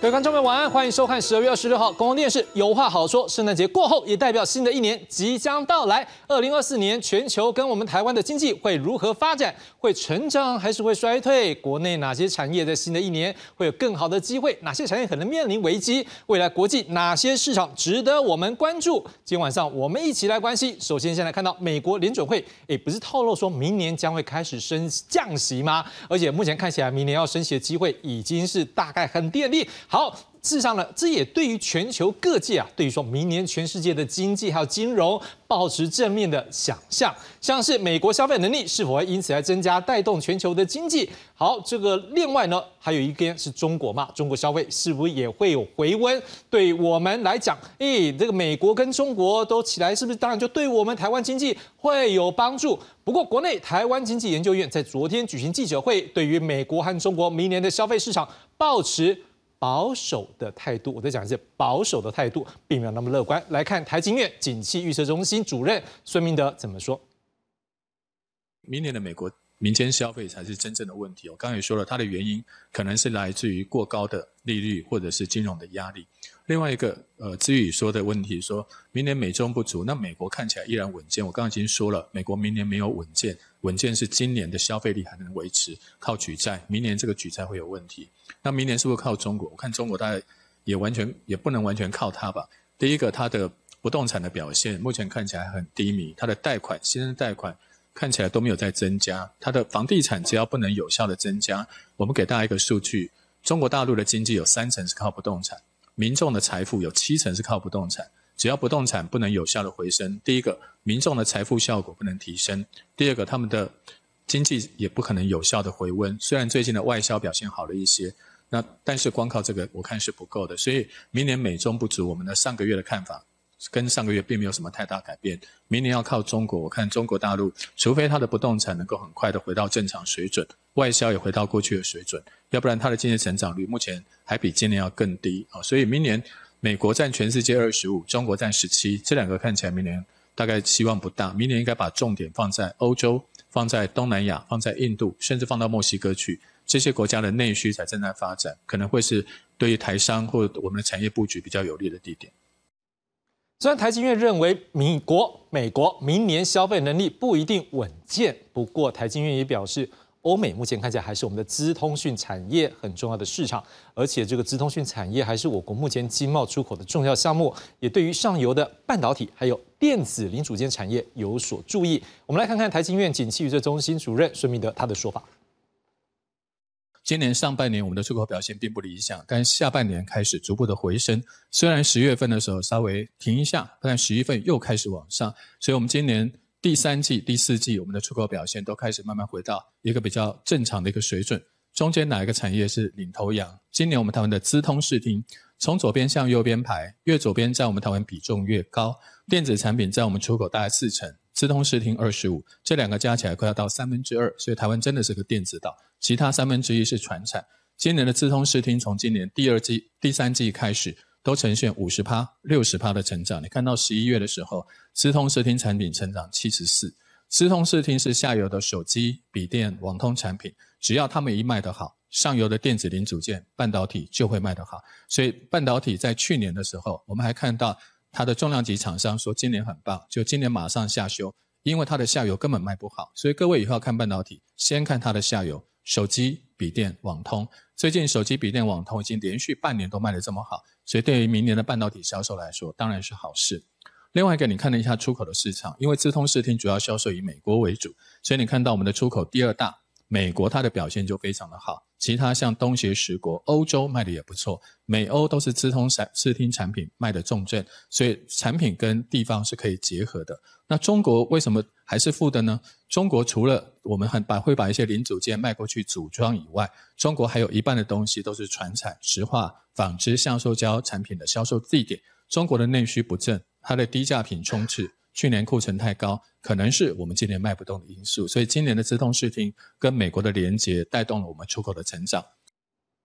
各位观众朋友晚安，欢迎收看12月26号公共电视《有话好说》。圣诞节过后，也代表新的一年即将到来。2024年，全球跟我们台湾的经济会如何发展？会成长还是会衰退？国内哪些产业在新的一年会有更好的机会？哪些产业可能面临危机？未来国际哪些市场值得我们关注？今天晚上我们一起来关心。首先，先来看到美国联准会，不是透露说明年将会开始降息吗？而且目前看起来，明年要升息的机会已经是大概很电力。好，事实上呢，这也对于全球各界对于说明年全世界的经济还有金融抱持正面的想象，像是美国消费能力是否会因此来增加，带动全球的经济。好，这个另外呢，还有一边是中国嘛，中国消费是不是也会有回温？对我们来讲，这个美国跟中国都起来，是不是当然就对我们台湾经济会有帮助？不过，国内台湾经济研究院在昨天举行记者会，对于美国和中国明年的消费市场抱持保守的态度，我在讲的是保守的态度，并没有那么乐观。来看台经院景气预测中心主任孙明德怎么说。 明年的美国民间消费才是真正的问题。我刚才也说了，它的原因可能是来自于过高的利率或者是金融的压力。另外一个之宇说的问题，说明年美中不足，那美国看起来依然稳健。我刚刚已经说了，美国明年没有稳健，稳健是今年的消费力还能维持，靠举债，明年这个举债会有问题。那明年是不是靠中国？我看中国大概也不能完全靠它吧。第一个，它的不动产的表现目前看起来很低迷，它的贷款新增贷款看起来都没有在增加，它的房地产只要不能有效的增加，我们给大家一个数据，中国大陆的经济有3成是靠不动产，民众的财富有7成是靠不动产，只要不动产不能有效的回升，第一个，民众的财富效果不能提升，第二个，他们的经济也不可能有效的回温，虽然最近的外销表现好了一些，但是光靠这个我看是不够的，所以明年美中不足，我们的上个月的看法跟上个月并没有什么太大改变，明年要靠中国，我看中国大陆除非它的不动产能够很快的回到正常水准，外销也回到过去的水准，要不然它的经济成长率目前还比今年要更低，所以明年美国占全世界25%，中国占17%，这两个看起来明年大概希望不大，明年应该把重点放在欧洲，放在东南亚，放在印度，甚至放到墨西哥去，这些国家的内需才正在发展，可能会是对于台商或我们的产业布局比较有利的地点。 虽然台经院认为美国明年消费能力不一定稳健，不过台经院也表示，欧美目前看起来还是我们的资通讯产业很重要的市场，而且这个资通讯产业还是我国目前经贸出口的重要项目，也对于上游的半导体还有电子零组件产业有所注意。我们来看看台经院景气预测中心主任孙明德他的说法。 今年上半年我们的出口表现并不理想，但下半年开始逐步的回升，虽然10月份的时候稍微停一下，但11月份又开始往上，所以我们今年第3季、第4季我们的出口表现都开始慢慢回到一个比较正常的一个水准。中间哪一个产业是领头羊？今年我们台湾的资通视听，从左边向右边排，越左边占我们台湾比重越高，电子产品占我们出口大概4成，资通视听25%，这两个加起来快要到2/3，所以台湾真的是个电子岛，其他1/3是传产。今年的资通视听从今年第2季、第3季开始都呈现50%、60%的成长。你看到11月的时候，资通视听产品成长74%。资通视听是下游的手机、笔电、网通产品，只要他们一卖得好，上游的电子零组件、半导体就会卖得好。所以半导体在去年的时候，我们还看到它的重量级厂商说今年很棒，就今年马上下修，因为它的下游根本卖不好。所以各位以后要看半导体，先看它的下游，手机、笔电、网通。最近手机、笔电、网通已经连续半年都卖得这么好，所以对于明年的半导体销售来说，当然是好事。另外一个，你看了一下出口的市场，因为资通视听主要销售以美国为主，所以你看到我们的出口第2大，美国它的表现就非常的好，其他像东协10国、欧洲卖的也不错，美欧都是资通视听产品卖的重镇，所以产品跟地方是可以结合的。那中国为什么还是负的呢？中国除了我们会把一些零组件卖过去组装以外，中国还有一半的东西都是传产、石化、纺织、橡塑胶产品的销售地点。中国的内需不振，它的低价品充斥，去年库存太高，可能是我们今年卖不动的因素。所以今年的资通视听跟美国的连结带动了我们出口的成长。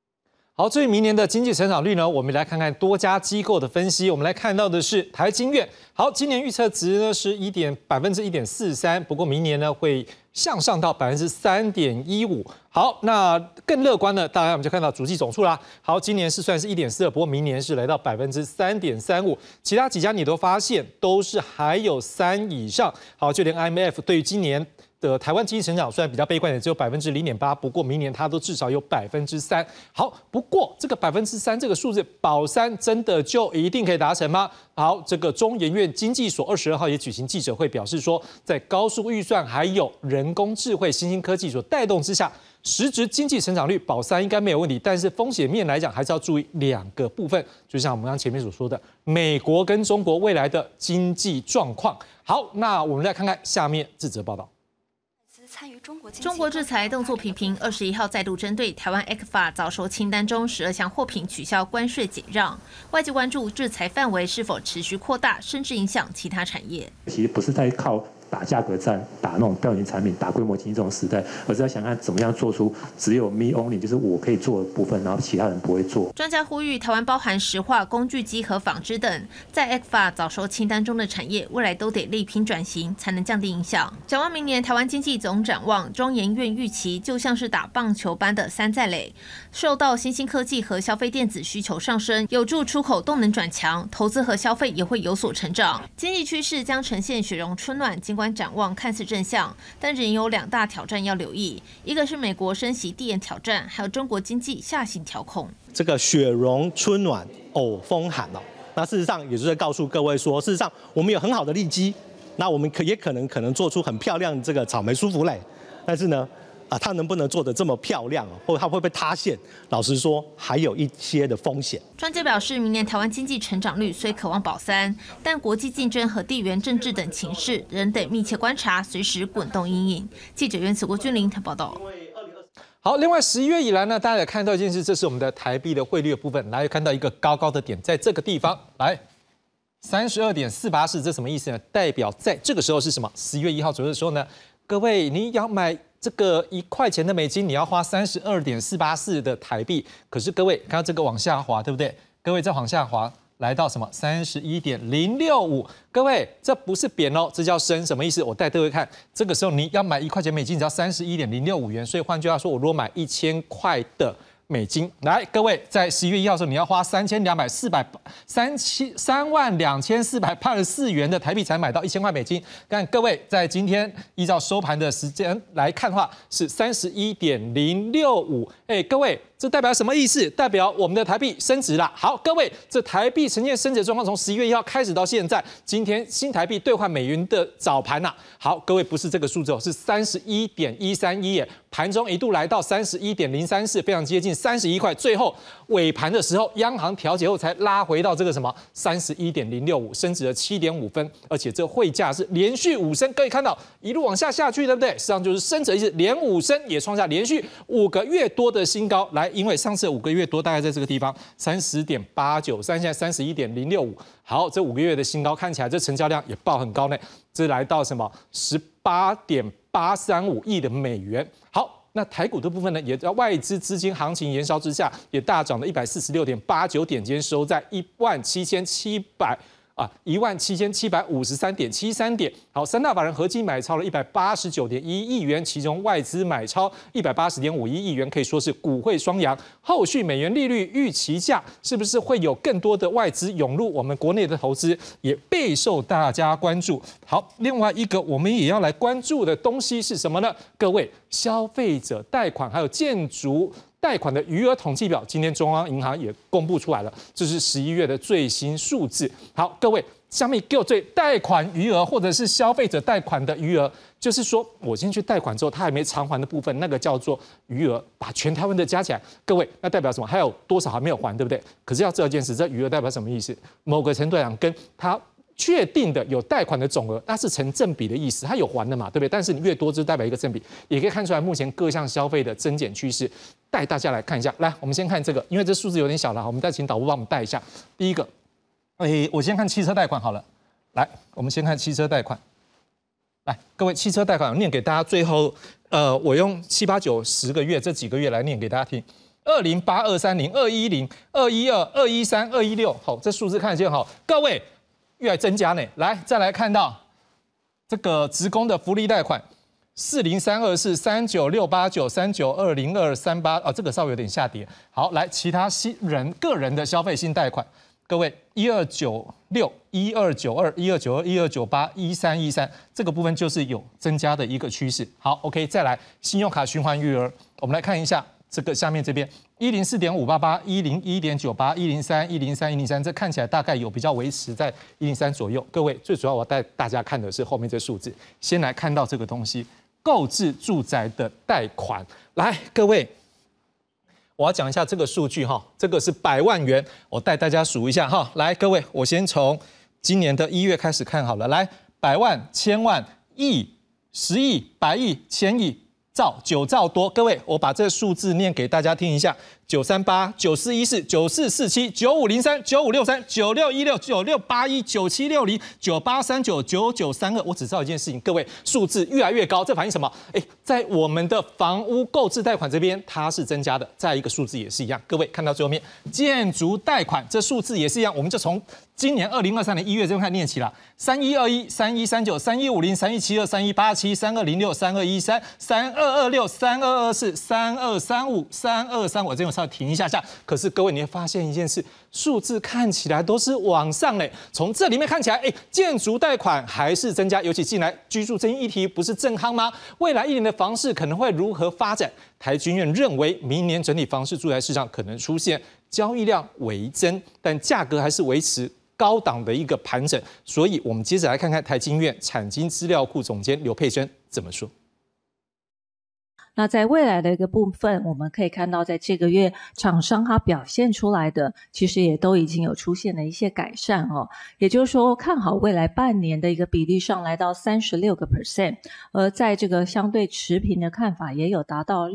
好，至于明年的经济成长率呢，我们来看看多家机构的分析。我们来看到的是台经院，好，今年预测值呢是1.43%，不过明年呢会向上到3.15%。好，那更乐观的，当然我们就看到主计总数啦。好，今年是算是1.42%，不过明年是来到3.35%。其他几家你都发现都是还有3以上。好，就连 IMF 对于今年的台湾经济成长虽然比较悲观，也只有0.8%，不过明年它都至少有3%。好，不过这个3%这个数字，保3真的就一定可以达成吗？好，这个中研院经济所22号也举行记者会，表示说，在高速预算还有人工智慧、新兴科技所带动之下，实质经济成长率保3应该没有问题，但是风险面来讲，还是要注意2个部分，就像我们刚前面所说的，美国跟中国未来的经济状况。好，那我们来看看下面这则报道。 中国制裁动作频频，21号再度针对台湾 ECFA 早收清单中12项货品取消关税减让，外界关注制裁范围是否持续扩大，甚至影响其他产业。 其实不是在靠打价格战、打那种标准产品、打规模经济这种时代，而是要想看怎么样做出只有 me only， 就是我可以做的部分，然后其他人不会做。 专家呼吁，台湾包含石化、工具机和纺织等，在 ECFA 早收清单中的产业，未来都得力拼转型，才能降低影响。展望明年台湾经济总展望，中研院预期就像是打棒球般的3在垒，受到新兴科技和消费电子需求上升，有助出口动能转强，投资和消费也会有所成长，经济趋势将呈现雪融春暖。尽管展望看似正向，但仍有2大挑战要留意，一个是美国升息递延挑战，还有中国经济下行调控。 这个雪融春暖偶风寒哦，那事实上也就是告诉各位说，事实上我们有很好的利基，那我们也可能做出很漂亮的这个草莓舒芙蕾，但是呢，它能不能做得这么漂亮，或它会不会塌陷？老实说，还有一些的风险。 专家表示，明年台湾经济成长率虽渴望保3，但国际竞争和地缘政治等情势仍得密切观察，随时滚动因应。记者袁子国君林台报道。 好，另外11月以来呢，大家也看到一件事，这是我们的台币的汇率的部分，来看到一个高高的点，在这个地方来。32.484，这什么意思呢？代表在这个时候是什么？11月1号左右的时候呢，各位你要买这个1块钱的美金，你要花32.484的台币。可是各位看到这个往下滑，对不对？各位再往下滑，来到什么31.065？各位这不是贬哦，这叫升，什么意思？我带各位看，这个时候你要买1块钱美金，只要31.065元。所以换句话说，我如果买1000块的美金，来，各位，在11月1号的时候，你要花32484元的台币才买到1000块美金。但各位，在今天依照收盘的时间来看的话，是31.065。各位，这代表什么意思？代表我们的台币升值了。好，各位，这台币呈现升值的状况，从11月1号开始到现在，今天新台币兑换美元的早盘呐。好，各位，不是这个数字哦，是31.131耶。盘中一度来到31.034，非常接近31块，最后尾盘的时候，央行调节后才拉回到这个什么31.065，升值了7.5分，而且这汇价是连续5升，各位看到一路往下去，对不对？实际上就是升值一直连5升，也创下连续5个月多的新高。来，因为上次5个月多大概在这个地方30.893，现在31.065。好，这5个月的新高，看起来这成交量也爆很高呢，这来到什么18.835亿的美元。好，那台股的部分呢，也在外资资金行情延烧之下，也大涨了146.89点，今天收在17753.73点。好，3大法人合计买超了189.1亿元，其中外资买超180.51亿元，可以说是股汇双扬。后续美元利率预期价是不是会有更多的外资涌入我们国内的投资，也备受大家关注。好，另外一个我们也要来关注的东西是什么呢？各位，消费者贷款还有建筑贷款的余额统计表，今天中央银行也公布出来了，这是11月的最新数字。好，各位，下面给我最贷款余额或者是消费者贷款的余额，就是说我先去贷款之后，他还没偿还的部分，那个叫做余额，把全台湾的加起来，各位，那代表什么？还有多少还没有还，对不对？可是要知道一件事，这余额代表什么意思？某个程度上跟他确定的有贷款的总额，那是成正比的意思，它有还的嘛，对不对？但是你越多就代表一个正比，也可以看出来目前各项消费的增减趋势。带大家来看一下，来，我们先看这个，因为这数字有点小了，我们再请导播帮我们带一下。第一个，我先看汽车贷款好了，来，我们先看汽车贷款。来，各位，汽车贷款我念给大家，最后我用7、8、9、10个月这几个月来念给大家听。 208、230、210、212、213、216，好，这数字看得见好，各位越来增加呢。来，再来看到这个职工的福利贷款，40324、39689、39202、38，这个稍微有点下跌。好，来其他个人的消费性贷款，各位1296、1292、1292、1298、1313，这个部分就是有增加的一个趋势。好 ，OK， 再来信用卡循环余额，我们来看一下。这个下面这边104.588、101.98、103、103、103，这看起来大概有比较维持在103左右。各位，最主要我带大家看的是后面这数字。先来看到这个东西，购置住宅的贷款。来，各位，我要讲一下这个数据哈，这个是100万元，我带大家数一下哈。来，各位，我先从今年的1月开始看好了。来，100万、千万、亿、10亿、100亿、1000亿。9兆多，各位，我把这个数字念给大家听一下：938、9414、9447、9503、9563、9616、9681、9760、9839、9932。我只知道一件事情，各位，数字越来越高，这反映什么？在我们的房屋购置贷款这边，它是增加的。再一个数字也是一样，各位看到最后面，建筑贷款这数字也是一样，我们就从今年2023年1月这边开始念起了：3121、3139、3150、3172、3187、3206、3213、3226、3224、3235、3235。我这边稍微停一下。可是各位，你会发现一件事，数字看起来都是往上嘞。从这里面看起来，建筑贷款还是增加，尤其近来居住争议议题不是正夯吗？未来1年的房市可能会如何发展？台军院认为，明年整体房市住宅市场可能出现交易量微增，但价格还是维持高档的一个盘整。所以，我们接着来看看台经院产经资料库总监刘佩珍怎么说。 那在未来的一个部分，我们可以看到，在这个月厂商它表现出来的，其实也都已经有出现了一些改善哦。也就是说，看好未来半年的一个比例上来到36%，而在这个相对持平的看法也有达到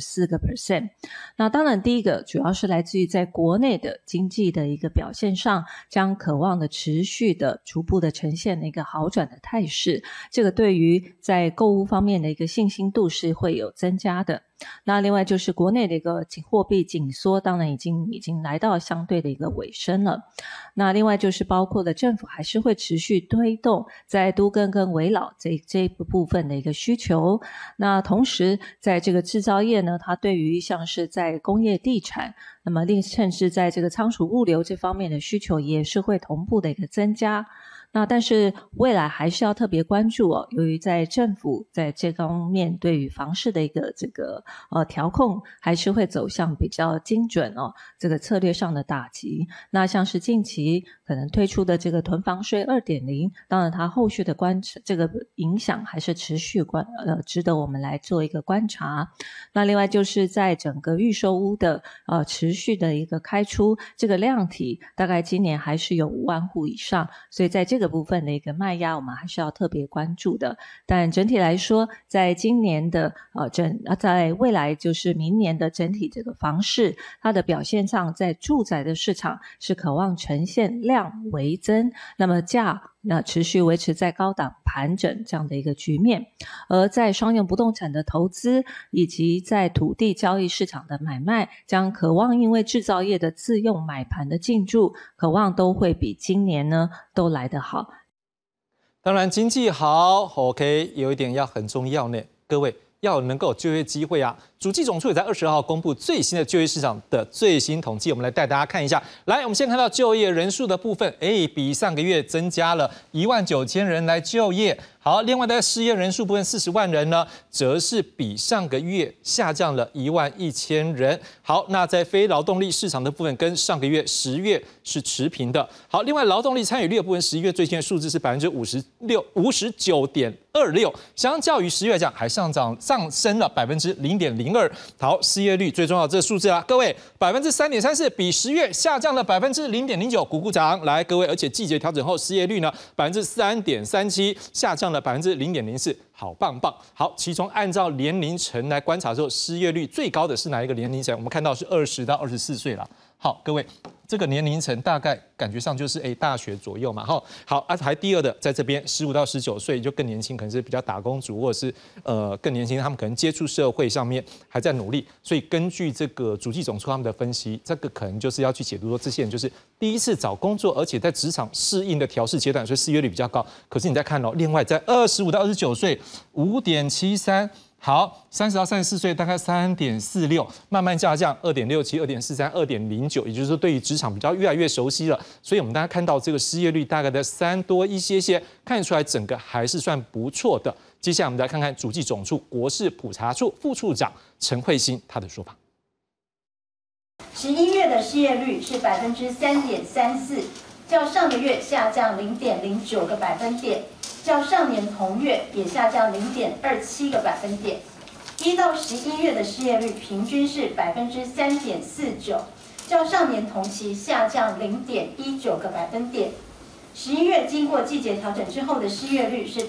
64%。那当然，第一个主要是来自于在国内的经济的一个表现上，将渴望的持续的逐步的呈现了一个好转的态势。这个对于在购物方面的一个信心度是会有增加的。那另外就是国内的一个货币紧缩，当然已经来到相对的一个尾声了。那另外就是包括了政府还是会持续推动在都更跟危老这一部分的一个需求。那同时在这个制造业呢，它对于像是在工业地产，那么甚至在这个仓储物流这方面的需求也是会同步的一个增加。那但是未来还是要特别关注哦，由于在政府在这方面对于房市的一个调控，还是会走向比较精准哦，这个策略上的打击。那像是近期可能推出的这个囤房税 2.0， 当然它后续的这个影响还是持续值得我们来做一个观察。那另外就是在整个预售屋的持续的一个开出，这个量体大概今年还是有5万户以上，所以在这个部分的一个卖压我们还是要特别关注的。但整体来说，在今年的在未来就是明年的整体这个房市，它的表现上，在住宅的市场是渴望呈现量为增，那么持续维持在高档盘整这样的一个局面。而在商用不动产的投资以及在土地交易市场的买卖，将渴望因为制造业的自用买盘的进驻，渴望都会比今年呢都来得好。 当然经济好 OK， 有一点要很重要呢，各位要能够有就业机会啊。主计总处也在20号公布最新的就业市场的最新统计，我们来带大家看一下。来，我们先看到就业人数的部分，比上个月增加了19000人来就业。好，另外在失业人数部分40万人呢，则是比上个月下降了11000人。好，那在非劳动力市场的部分，跟上个月10月是持平的。好，另外劳动力参与率的部分，11月最新的数字是59.26%，相较于10月讲还上升了0.02%。好，失业率最重要的这个数字啦，各位3.34%，比10月下降了0.09%，鼓掌。来，各位，而且季节调整后失业率呢3.37%，下降了0.04%，好棒棒。好，其中按照年龄层来观察之后，失业率最高的是哪一个年龄层？我们看到是20到24岁了。好，各位， 这个年龄层大概感觉上就是大学左右嘛，好，还第二的在这边15到19岁就更年轻，可能是比较打工族或者是更年轻，他们可能接触社会上面还在努力，所以根据这个主计总处他们的分析，这个可能就是要去解读说这些人就是第一次找工作，而且在职场适应的调试阶段，所以失业率比较高。可是你再看另外在25到29岁5.73。好，30到34岁大概3.46，慢慢下降2.67、2.43、2.09，也就是说对于职场比较越来越熟悉了。所以我们大家看到这个失业率大概的3多一些，看出来整个还是算不错的。接下来我们来看看主计总处国事普查处副处长陈慧欣他的说法。 11月的失业率是3.34%，较上个月下降0.09个百分点。较上年同月也下降0.27个百分点。1到11月的失业率平均是3.49%，较上年同期下降0.19个百分点。11月经过季节调整之后的失业率是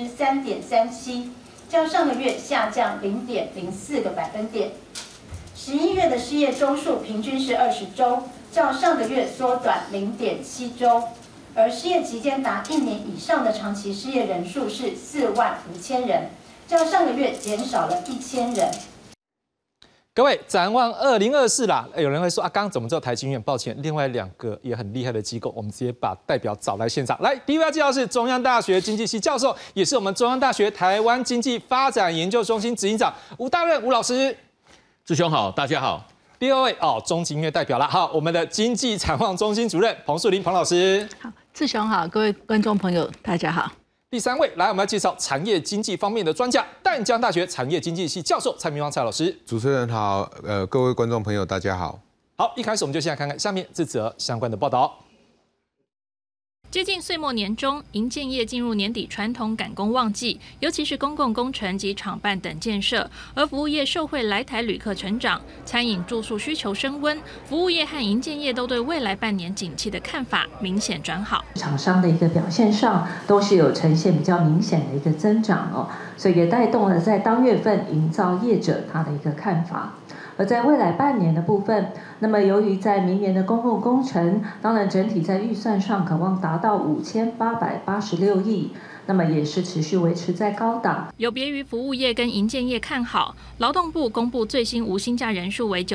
3.37%，较上个月下降0.04个百分点。11月的失业周数平均是20周，较上个月缩短0.7周。而失业期间达1年以上的长期失业人数是45000人，较上个月减少了1000人。 各位，展望2024啦，有人会说刚刚怎么只有台经院？抱歉，另外2个也很厉害的机构，我们直接把代表找来现场。来，第一位要介绍是中央大学经济系教授，也是我们中央大学台湾经济发展研究中心执行长吴大任吴老师。 志兄好，大家好。 第2位中经院代表啦，好，我们的经济展望中心主任彭树林彭老师。 好。志雄好，各位观众朋友，大家好。 第3位，来，我们要介绍产业经济方面的专家，淡江大学产业经济系教授蔡明芳蔡老师。 主持人好，各位观众朋友，大家好。 好，一开始我们就先来看看下面这则相关的报道。 接近岁末年中，营建业进入年底传统赶工旺季，尤其是公共工程及厂办等建设，而服务业受惠来台旅客成长，餐饮住宿需求升温，服务业和营建业都对未来半年景气的看法明显转好。 厂商的一个表现上都是有呈现比较明显的一个增长所以也带动了在当月份营造业者他的一个看法。而在未来半年的部分，那么由于在明年的公共工程，当然整体在预算上可望达到5886亿，那么也是持续维持在高档。 有别于服务业跟营建业看好，劳动部公布最新无薪假人数为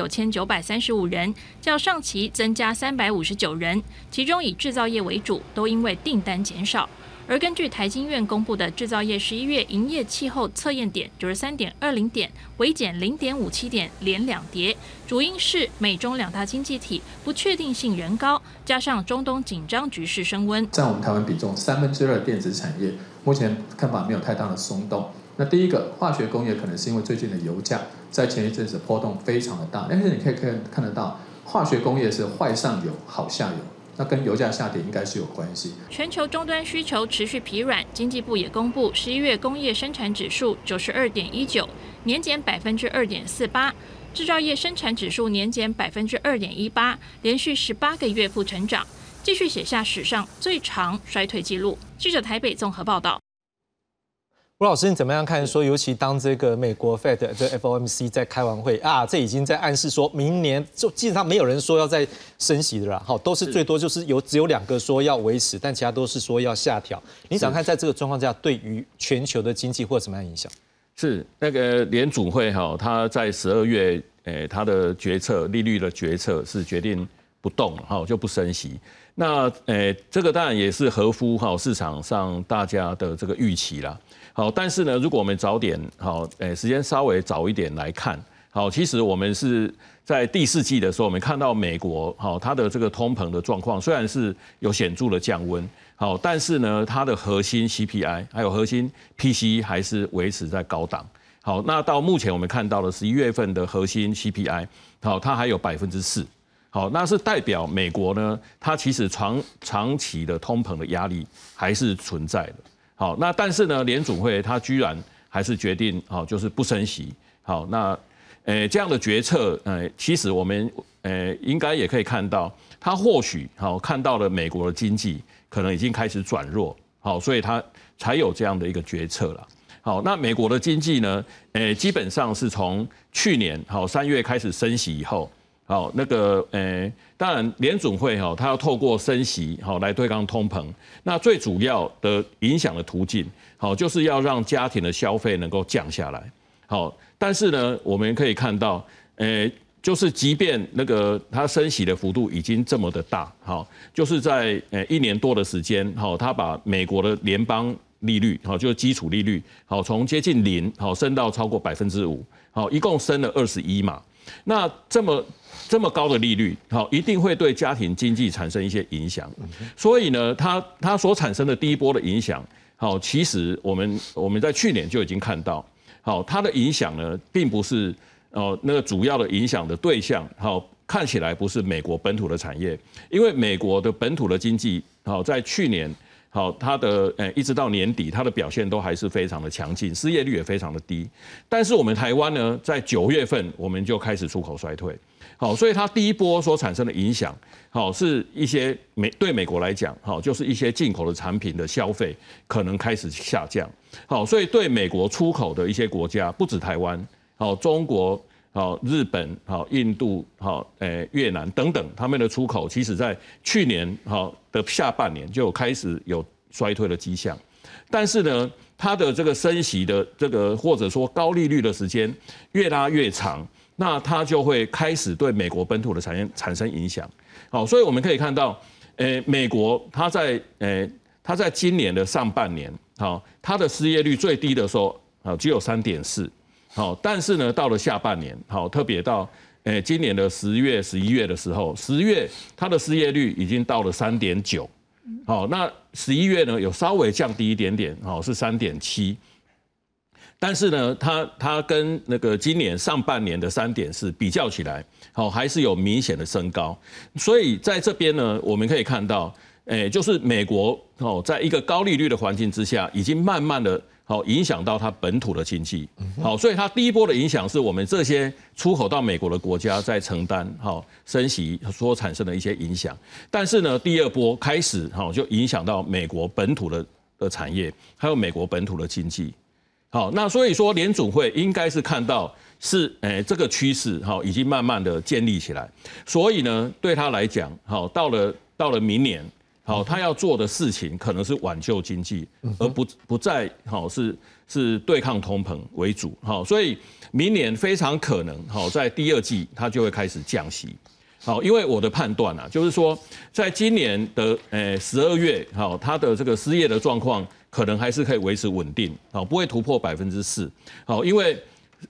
9935人，较上期增加359人，其中以制造业为主，都因为订单减少。而根据台经院公布的制造业11月营业气候测验点93.20点，微减0.57点，连2跌，主因是美中2大经济体不确定性仍高，加上中东紧张局势升温。 占我们台湾比重2/3电子产业，目前看法没有太大的松动。那第一个化学工业可能是因为最近的油价在前一阵子波动非常的大，但是你可以看得到，化学工业是坏上游好下游。那跟油价下跌应该是有关系。 全球终端需求持续疲软，经济部也公布11月工业生产指数92.19，年减2.48%，制造业生产指数年减2.18%，连续18个月负成长，继续写下史上最长衰退记录。记者台北综合报道。 吴老师，你怎么样看？说，尤其当这个美国 Fed 这 FOMC 在开完会这已经在暗示说明年就基本上没有人说要再升息的啦，都是最多就是只有2个说要维持，但其他都是说要下调。你想看在这个状况下，对于全球的经济会有什么样的影响？ 是那个联储会他在12月，他的决策利率的决策是决定不动就不升息。那这个当然也是合乎市场上大家的这个预期啦。好，但是呢，如果我们早点时间稍微早一点来看，其实我们是在第4季的时候，我们看到美国它的这个通膨的状况虽然是有显著的降温，但是呢，它的核心 CPI 还有核心 PCE 还是维持在高档。好，那到目前我们看到的11月份的核心 CPI，它还有4%。好，那是代表美国呢，它其实长期的通膨的压力还是存在的。好，那但是呢，联储会它居然还是决定就是不升息。好，那这样的决策，其实我们应该也可以看到，它或许看到了美国的经济可能已经开始转弱，好，所以它才有这样的一个决策了。好，那美国的经济呢，基本上是从去年3月开始升息以后， 好，当然联准会它要透过升息来对抗通膨，那最主要的影响的途径就是要让家庭的消费能够降下来。好，但是呢，我们可以看到，就是即便它升息的幅度已经这么的大，就是在1年多的时间，它把美国的联邦利率，就是基础利率，从接近0，升到超过5%，一共升了21码。那这么高的利率，一定会对家庭经济产生一些影响。所以呢，它所产生的第一波的影响，其实我们在去年就已经看到，它的影响呢，并不是那个主要的影响的对象，看起来不是美国本土的产业，因为美国的本土的经济，在去年。它的一直到年底，它的表现都还是非常的强劲，失业率也非常的低。但是我们台湾呢，在9月份我们就开始出口衰退，所以它第一波所产生的影响，是一些对美国来讲，就是一些进口的产品的消费可能开始下降，所以对美国出口的一些国家，不止台湾，中国。日本、印度、越南等等，他们的出口其实在去年的下半年就开始有衰退的迹象。但是呢，它的这个升息的或者说高利率的时间越拉越长，那它就会开始对美国本土的产业产生影响。所以我们可以看到，美国它在今年的上半年，它的失业率最低的时候，只有3.4%。但是呢，到了下半年，特别到今年的10月、11月的时候，10月它的失业率已经到了3.9%，那11月呢有稍微降低一点点，是3.7%，但是呢，它跟今年上半年的3.4%比较起来，还是有明显的升高，所以在这边呢，我们可以看到，就是美国在一个高利率的环境之下，已经慢慢的。影响到它本土的经济，所以它第一波的影响是我们这些出口到美国的国家在承担升息所产生的一些影响，但是呢，第二波开始就影响到美国本土的产业，还有美国本土的经济。那所以说联准会应该是看到是这个趋势已经慢慢的建立起来，所以呢，对他来讲到了明年。他要做的事情可能是挽救经济，而不再是对抗通膨为主。所以明年非常可能在第二季他就会开始降息。因为我的判断就是说，在今年的12月，它的这个失业的状况可能还是可以维持稳定，不会突破4%。因为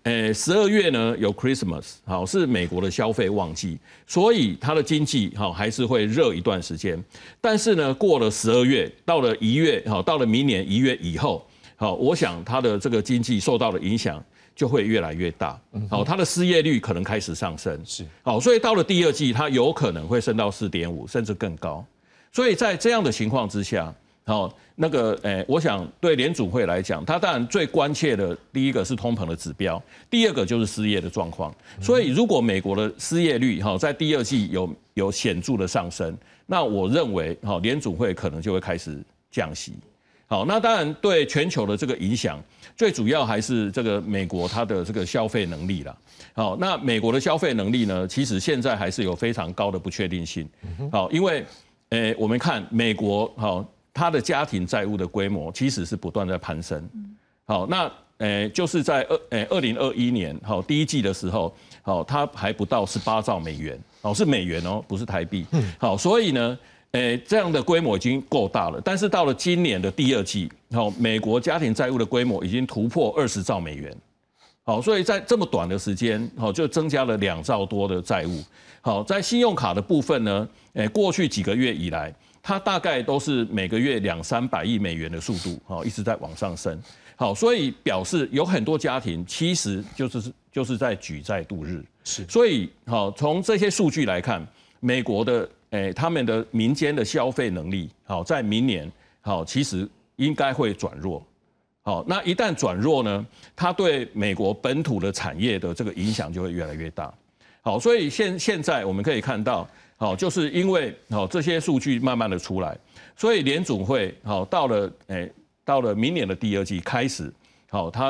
12月呢有 Christmas， 是美国的消费旺季，所以它的经济还是会热一段时间。但是呢，过了12月，到了1月，到了明年1月以后，我想它的这个经济受到的影响就会越来越大。它的失业率可能开始上升，所以到了第二季，它有可能会升到4.5%，甚至更高。所以在这样的情况之下，我想对联准会来讲，它当然最关切的第一个是通膨的指标，第二个就是失业的状况。所以如果美国的失业率在第二季有显著的上升，那我认为联准会可能就会开始降息。那当然对全球的这个影响，最主要还是这个美国它的这个消费能力啦。那美国的消费能力呢，其实现在还是有非常高的不确定性。因为我们看美国它的家庭债务的规模其实是不断在攀升。那就是在2021年第一季的时候，它还不到18兆美元，是美元不是台币。所以呢，这样的规模已经够大了。但是到了今年的第二季，美国家庭债务的规模已经突破20兆美元。所以在这么短的时间，就增加了2兆多的债务。在信用卡的部分呢，过去几个月以来，它大概都是每个月200-300亿美元的速度，一直在往上升。所以表示有很多家庭其实就是在举债度日。所以从这些数据来看，美国的他们的民间的消费能力，在明年其实应该会转弱。那一旦转弱呢，它对美国本土的产业的这个影响就会越来越大。所以现在我们可以看到，就是因为这些数据慢慢的出来，所以联准会到了明年的第二季开始，它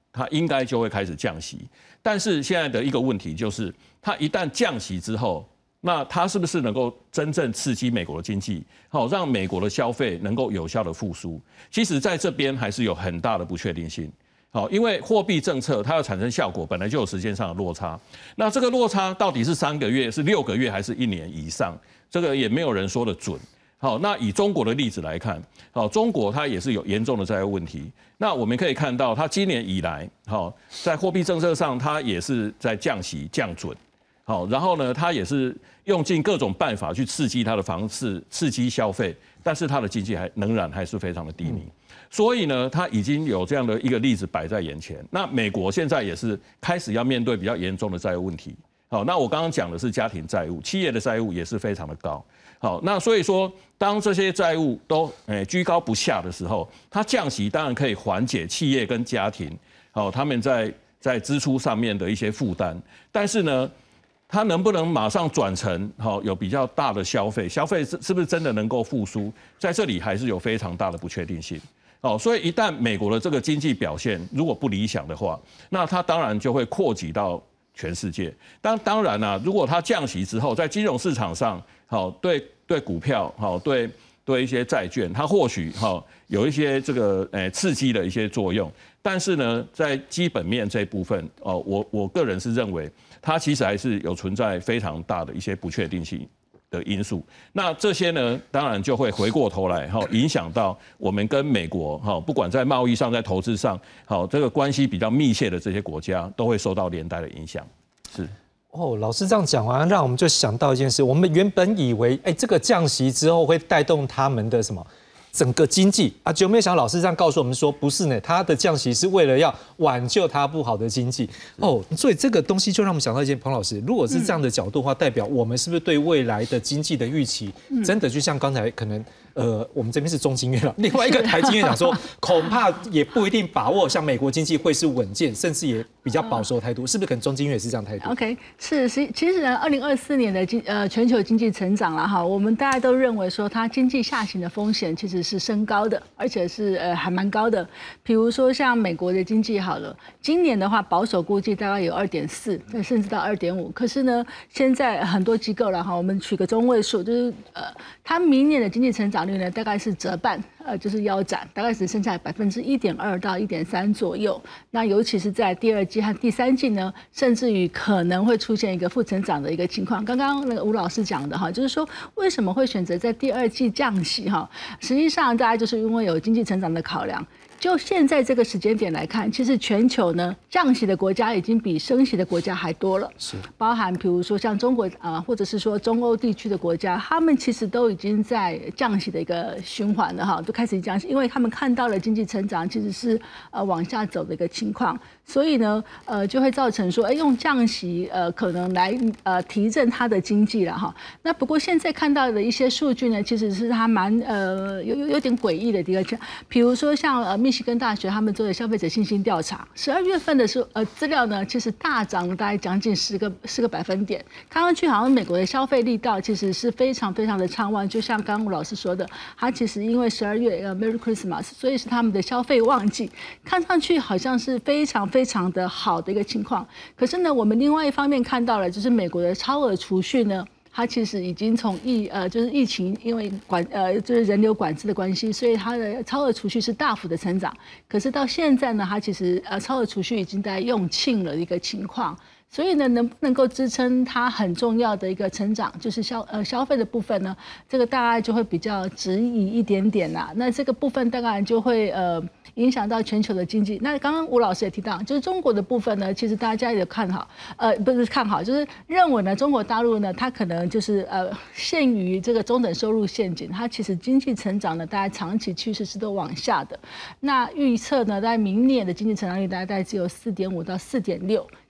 它应该就会开始降息。但是现在的一个问题就是，它一旦降息之后，那它是不是能够真正刺激美国的经济，好让美国的消费能够有效的复苏？其实在这边还是有很大的不确定性。好，因为货币政策它要产生效果，本来就有时间上的落差。那这个落差到底是3个月、是6个月还是1年以上？这个也没有人说得准。好，那以中国的例子来看，好，中国它也是有严重的债务问题。那我们可以看到，它今年以来，好，在货币政策上，它也是在降息降准。好，然后呢，它也是用尽各种办法去刺激它的房市、刺激消费，但是它的经济仍然还是非常的低迷。所以呢，它已经有这样的一个例子摆在眼前。那美国现在也是开始要面对比较严重的债务问题。好，那我刚刚讲的是家庭债务，企业的债务也是非常的高。好，那所以说，当这些债务都居高不下的时候，它降息当然可以缓解企业跟家庭他们在支出上面的一些负担，但是呢，它能不能马上转成有比较大的消费？消费是不是真的能够复苏？在这里还是有非常大的不确定性。所以一旦美国的这个经济表现如果不理想的话，那它当然就会扩及到全世界。当然啊，如果它降息之后，在金融市场上，对股票，对一些债券，它或许有一些这个刺激的一些作用。但是呢，在基本面这一部分，我个人是认为，它其实还是有存在非常大的一些不确定性的因素。那这些呢，当然就会回过头来影响到我们跟美国不管在贸易上、在投资上，这个关系比较密切的这些国家，都会受到连带的影响。是。 老师这样讲完，让我们就想到一件事，我们原本以为，这个降息之后会带动他们的什么？整个经济啊，就没有想到老师这样告诉我们说，不是呢，他的降息是为了要挽救他不好的经济所以这个东西就让我们想到一件，彭老师，如果是这样的角度的话，代表我们是不是对未来的经济的预期，真的就像刚才可能我们这边是中经院了，另外一个台经院讲说，恐怕也不一定把握像美国经济会是稳健，甚至也比较保守的态度，是不是？可能中经院也是这样态度 ？OK， 是，其实呢，2024年的全球经济成长了哈，我们大家都认为说它经济下行的风险其实是升高的，而且是还蛮高的。比如说像美国的经济好了，今年的话保守估计大概有2.4，甚至到2.5。可是呢，现在很多机构了哈，我们取个中位数，就是它明年的经济成长率呢大概是折半，就是腰斩，大概只剩下1.2%到1.3%左右。那尤其是在第2季和第3季呢，甚至于可能会出现一个负成长的一个情况。刚刚那个吴老师讲的哈，就是说为什么会选择在第2季降息哈？实际上大家就是因为有经济成长的考量。就现在这个时间点来看，其实全球呢降息的国家已经比升息的国家还多了，是包含比如说像中国或者是说中欧地区的国家，他们其实都已经在降息的一个循环了哈，都开始降息，因为他们看到了经济成长其实是往下走的一个情况，所以呢就会造成说用降息可能来提振它的经济了哈。那不过现在看到的一些数据呢，其实是还蛮有点诡异的一个，比如说像密西根大学他们做的消费者信心调查，12月份的资料呢，其实大涨了大概将近10个百分点，看上去好像美国的消费力道其实是非常非常的畅旺，就像刚刚吴老师说的，它其实因为12月Merry Christmas， 所以是他们的消费旺季，看上去好像是非常非常的好的一个情况。可是呢，我们另外一方面看到了，就是美国的超额储蓄呢。它其实已经从就是疫情，因为就是人流管制的关系，所以它的超额储蓄是大幅的成长。可是到现在呢，它其实超额储蓄已经在用罄了一个情况。所以呢，能不能够支撑它很重要的一个成长，就是消费的部分呢？这个大概就会比较质疑一点点啦。那这个部分当然就会影响到全球的经济。那刚刚吴老师也提到，就是中国的部分呢，其实大家也看好，不是看好，就是认为呢，中国大陆呢，它可能就是限于这个中等收入陷阱，它其实经济成长呢，大概长期趋势是都往下的。那预测呢，在明年的经济成长率大概只有4.5到4.6。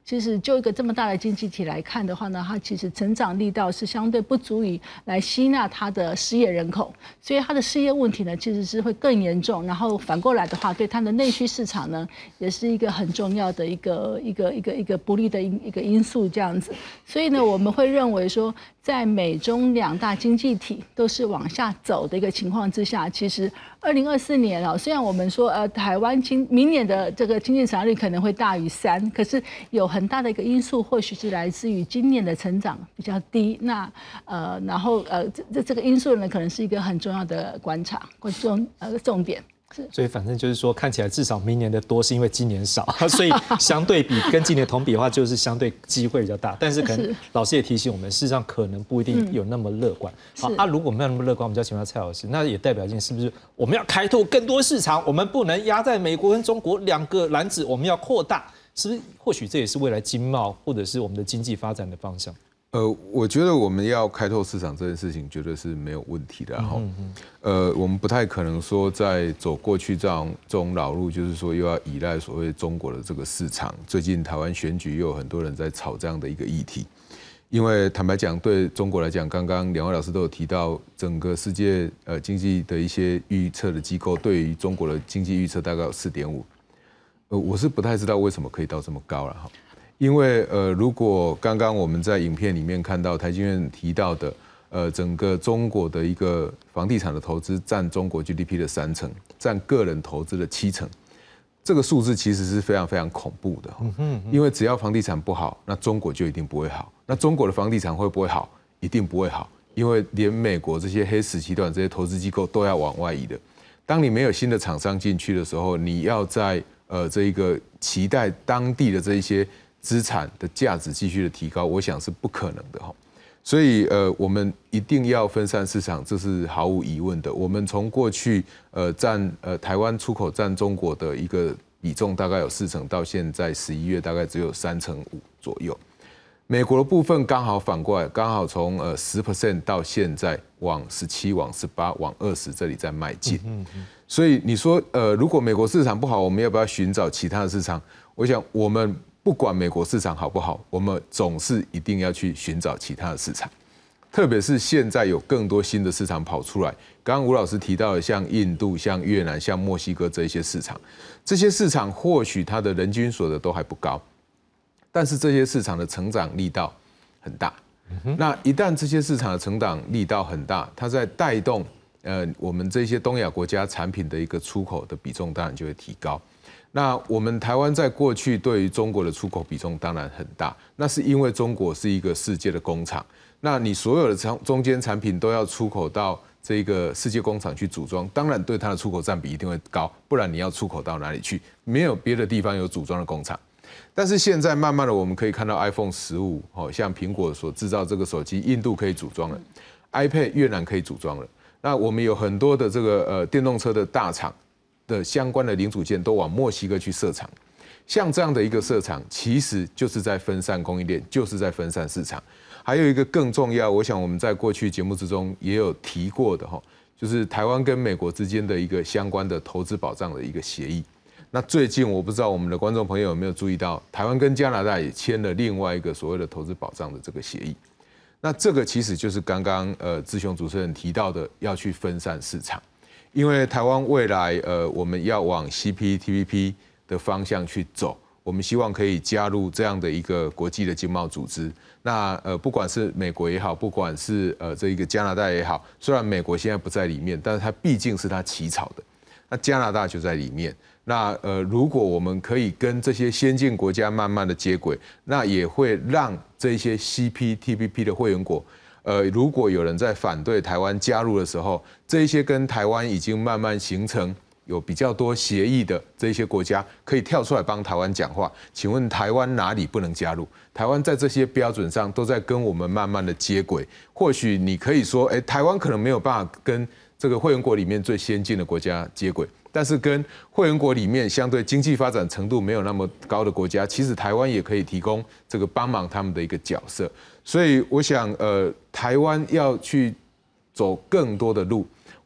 其实就一个这么大的经济体来看的话呢，它其实成长力道是相对不足以来吸纳它的失业人口，所以它的失业问题呢其实是会更严重。然后反过来的话，对它的内需市场呢也是一个很重要的一个不利的一个因素这样子。所以呢，我们会认为说，在美中2大经济体都是往下走的一个情况之下，其实2024年啊，虽然我们说台湾明年的这个经济成长率可能会大于3%，可是有很大的一个因素，或许是来自于今年的成长比较低。那然后这个因素呢，可能是一个很重要的观察重点。 所以反正就是说，看起来至少明年的多是因为今年少，所以相对比跟今年同比的话，就是相对机会比较大。但是可能老师也提醒我们，事实上可能不一定有那么乐观。好，如果没有那么乐观，我们就要请问蔡老师，那也代表性是不是我们要开拓更多市场？我们不能压在美国跟中国2个篮子，我们要扩大，是不是？或许这也是未来经贸或者是我们的经济发展的方向。 我觉得我们要开拓市场这件事情绝对是没有问题的哈。我们不太可能说在走过去这种老路，就是说又要依赖所谓中国的这个市场。最近台湾选举又有很多人在炒这样的一个议题，因为坦白讲，对中国来讲，刚刚2位老师都有提到，整个世界经济的一些预测的机构对于中国的经济预测大概有4.5，我是不太知道为什么可以到这么高了哈。因为如果刚刚我们在影片里面看到台经院提到的，整个中国的一个房地产的投资占中国 GDP 的30%，占个人投资的70%，这个数字其实是非常非常恐怖的。因为只要房地产不好，那中国就一定不会好。那中国的房地产会不会好？一定不会好，因为连美国这些黑死集团这些投资机构都要往外移的。当你没有新的厂商进去的时候，你要在这一个期待当地的这一些资产的价值继续的提高，我想是不可能的哈。所以我们一定要分散市场，这是毫无疑问的。我们从过去占台湾出口占中国的一个比重大概有40%，到现在11月大概只有3.5%左右。美国的部分刚好反过来，刚好从10% 到现在往17%、往18%、往20%这里在迈进。所以你说如果美国市场不好，我们要不要寻找其他的市场？我想我们不管美国市场好不好，我们总是一定要去寻找其他的市场，特别是现在有更多新的市场跑出来。刚刚吴老师提到的，像印度、像越南、像墨西哥这一些市场，这些市场或许它的人均所得都还不高，但是这些市场的成长力道很大。那一旦这些市场的成长力道很大，它在带动我们这些东亚国家产品的一个出口的比重，当然就会提高。那我们台湾在过去对于中国的出口比重当然很大，那是因为中国是一个世界的工厂，那你所有的中间产品都要出口到这个世界工厂去组装，当然对它的出口占比一定会高，不然你要出口到哪里去？没有别的地方有组装的工厂。但是现在慢慢的我们可以看到 iPhone 15，像苹果所制造这个手机，印度可以组装了 ，iPad 越南可以组装了。那我们有很多的这个电动车的大厂的相关的零组件都往墨西哥去设厂，像这样的一个设厂，其实就是在分散供应链，就是在分散市场。还有一个更重要，我想我们在过去节目之中也有提过的哈，就是台湾跟美国之间的一个相关的投资保障的一个协议。那最近我不知道我们的观众朋友有没有注意到，台湾跟加拿大也签了另外一个所谓的投资保障的这个协议。那这个其实就是刚刚志雄主持人提到的，要去分散市场。因为台湾未来我们要往 CPTPP 的方向去走，我们希望可以加入这样的一个国际的经贸组织。那不管是美国也好，不管是这一个加拿大也好，虽然美国现在不在里面，但是它毕竟是它起草的，那加拿大就在里面。那如果我们可以跟这些先进国家慢慢的接轨，那也会让这些 CPTPP 的会员国。如果有人在反对台湾加入的时候，这一些跟台湾已经慢慢形成有比较多协议的这些国家，可以跳出来帮台湾讲话。请问台湾哪里不能加入？台湾在这些标准上都在跟我们慢慢的接轨。或许你可以说，台湾可能没有办法跟这个会员国里面最先进的国家接轨，但是跟会员国里面相对经济发展程度没有那么高的国家，其实台湾也可以提供这个帮忙他们的一个角色。所以我想台湾要去走更多的路，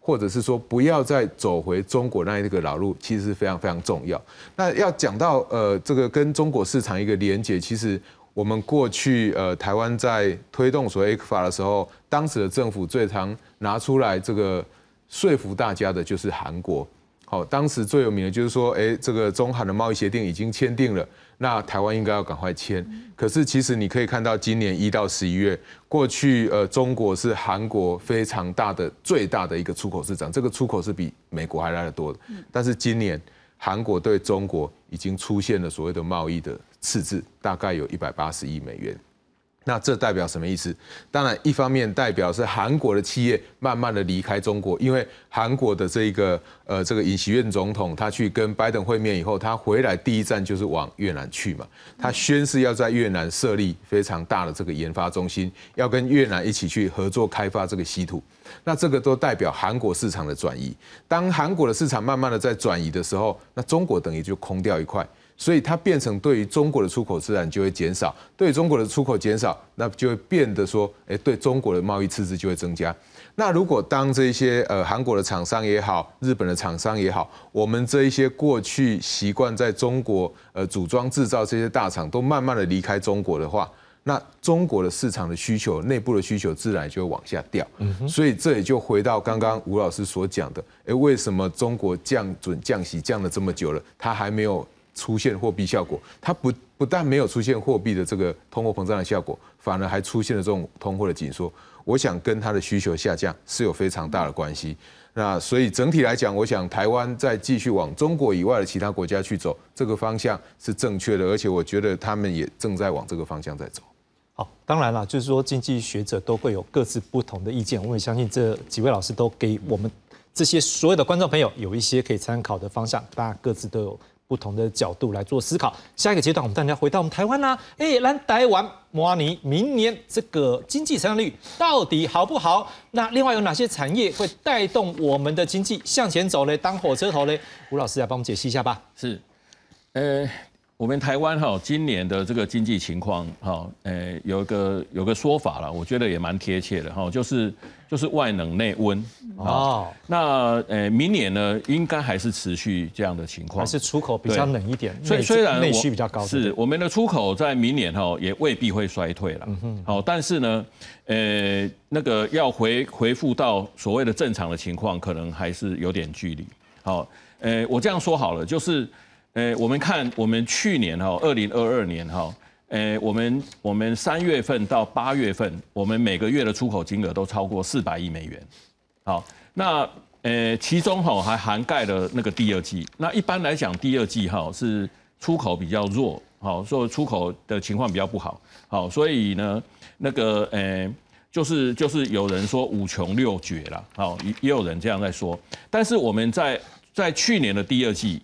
或者是说不要再走回中国那一个老路，其实是非常非常重要。那要讲到这个跟中国市场一个连结，其实我们过去台湾在推动所谓 ECFA 的时候，当时的政府最常拿出来这个说服大家的就是韩国。好，当时最有名的就是说，这个中韩的贸易协定已经签订了，那台湾应该要赶快签。可是其实你可以看到，今年1到11月，过去中国是韩国非常大的、最大的一个出口市场，这个出口是比美国还来得多的。但是今年韩国对中国已经出现了所谓的贸易的赤字，大概有180亿美元。那这代表什么意思？当然，一方面代表是韩国的企业慢慢的离开中国，因为韩国的这个尹锡悦总统他去跟拜登会面以后，他回来第一站就是往越南去嘛，他宣誓要在越南设立非常大的这个研发中心，要跟越南一起去合作开发这个稀土。那这个都代表韩国市场的转移。当韩国的市场慢慢的在转移的时候，那中国等于就空掉一块。所以它变成对于中国的出口自然就会减少，对于中国的出口减少，那就会变得说，对中国的贸易赤字就会增加。那如果当这些韩国的厂商也好，日本的厂商也好，我们这一些过去习惯在中国组装制造这些大厂都慢慢的离开中国的话，那中国的市场的需求、内部的需求自然就会往下掉。所以这也就回到刚刚吴老师所讲的，为什么中国降准降息降了这么久了，它还没有出现货币效果？它不但没有出现货币的这个通货膨胀的效果，反而还出现了这种通货的紧缩。我想跟它的需求下降是有非常大的关系。那所以整体来讲，我想台湾再继续往中国以外的其他国家去走，这个方向是正确的，而且我觉得他们也正在往这个方向在走。 好，当然了，就是说经济学者都会有各自不同的意见，我也相信这几位老师都给我们这些所有的观众朋友有一些可以参考的方向，大家各自都有不同的角度来做思考。下一个阶段，我们当然要回到我们台湾啦。咱台湾模拟明年这个经济成长率到底好不好？那另外有哪些产业会带动我们的经济向前走呢？当火车头呢？吴老师来帮我们解析一下吧。 是，我们台湾今年的这个经济情况有个说法了，我觉得也蛮贴切的就是外冷内温那明年呢，应该还是持续这样的情况， 还是出口比较冷一点， 所以虽然内需比较高， 是我们的出口在明年也未必会衰退了，但是呢，那个要恢复到所谓的正常的情况，可能还是有点距离。我这样说好了，就是我们看我们去年2022年我们3月份到8月份，我们每个月的出口金额都超过400亿美元。好，那其中还涵盖了那个第二季。那一般来讲，第二季是出口比较弱，所以出口的情况比较不好。好，所以呢，那个就是有人说5穷6绝啦，也有人这样在说。但是我们在去年的第二季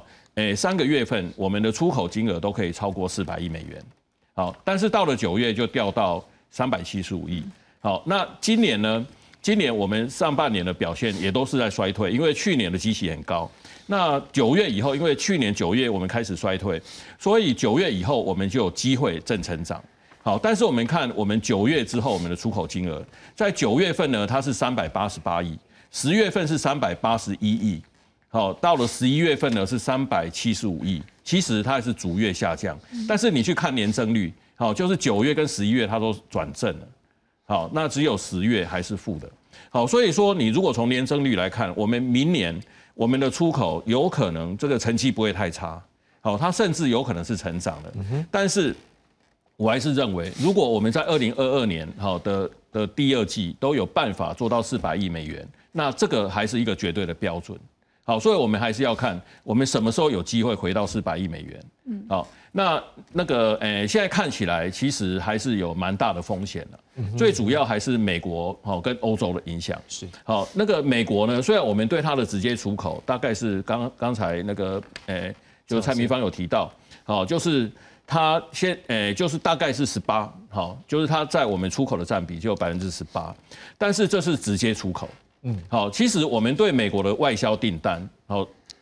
，3个月份我们的出口金额都可以超过400亿美元。好，但是到了9月就掉到375亿。好，那今年呢？今年我们上半年的表现也都是在衰退，因为去年的基期很高。那9月以后，因为去年9月我们开始衰退，所以9月以后我们就有机会正成长。好，但是我们看我们9月之后我们的出口金额，在9月份呢它是388亿，10月份是381亿。好，到了11月份呢是375亿，其实它还是逐月下降，但是你去看年增率，好，就是9月跟11月它都转正了，好，那只有10月还是负的，好，所以说你如果从年增率来看，我们明年我们的出口有可能这个成绩不会太差，好，它甚至有可能是成长的，但是我还是认为，如果我们在2022年的第二季都有办法做到400亿美元，那这个还是一个绝对的标准。好，所以我们还是要看我们什么时候有机会回到400亿美元。好，那个现在看起来其实还是有蛮大的风险的。最主要还是美国跟欧洲的影响。是。好，那个美国呢，虽然我们对它的直接出口大概是刚才那个就是蔡明芳有提到，好，就是它就是大概是18，好，就是它在我们出口的占比就有18%，但是这是直接出口。好，其实我们对美国的外销订单，好，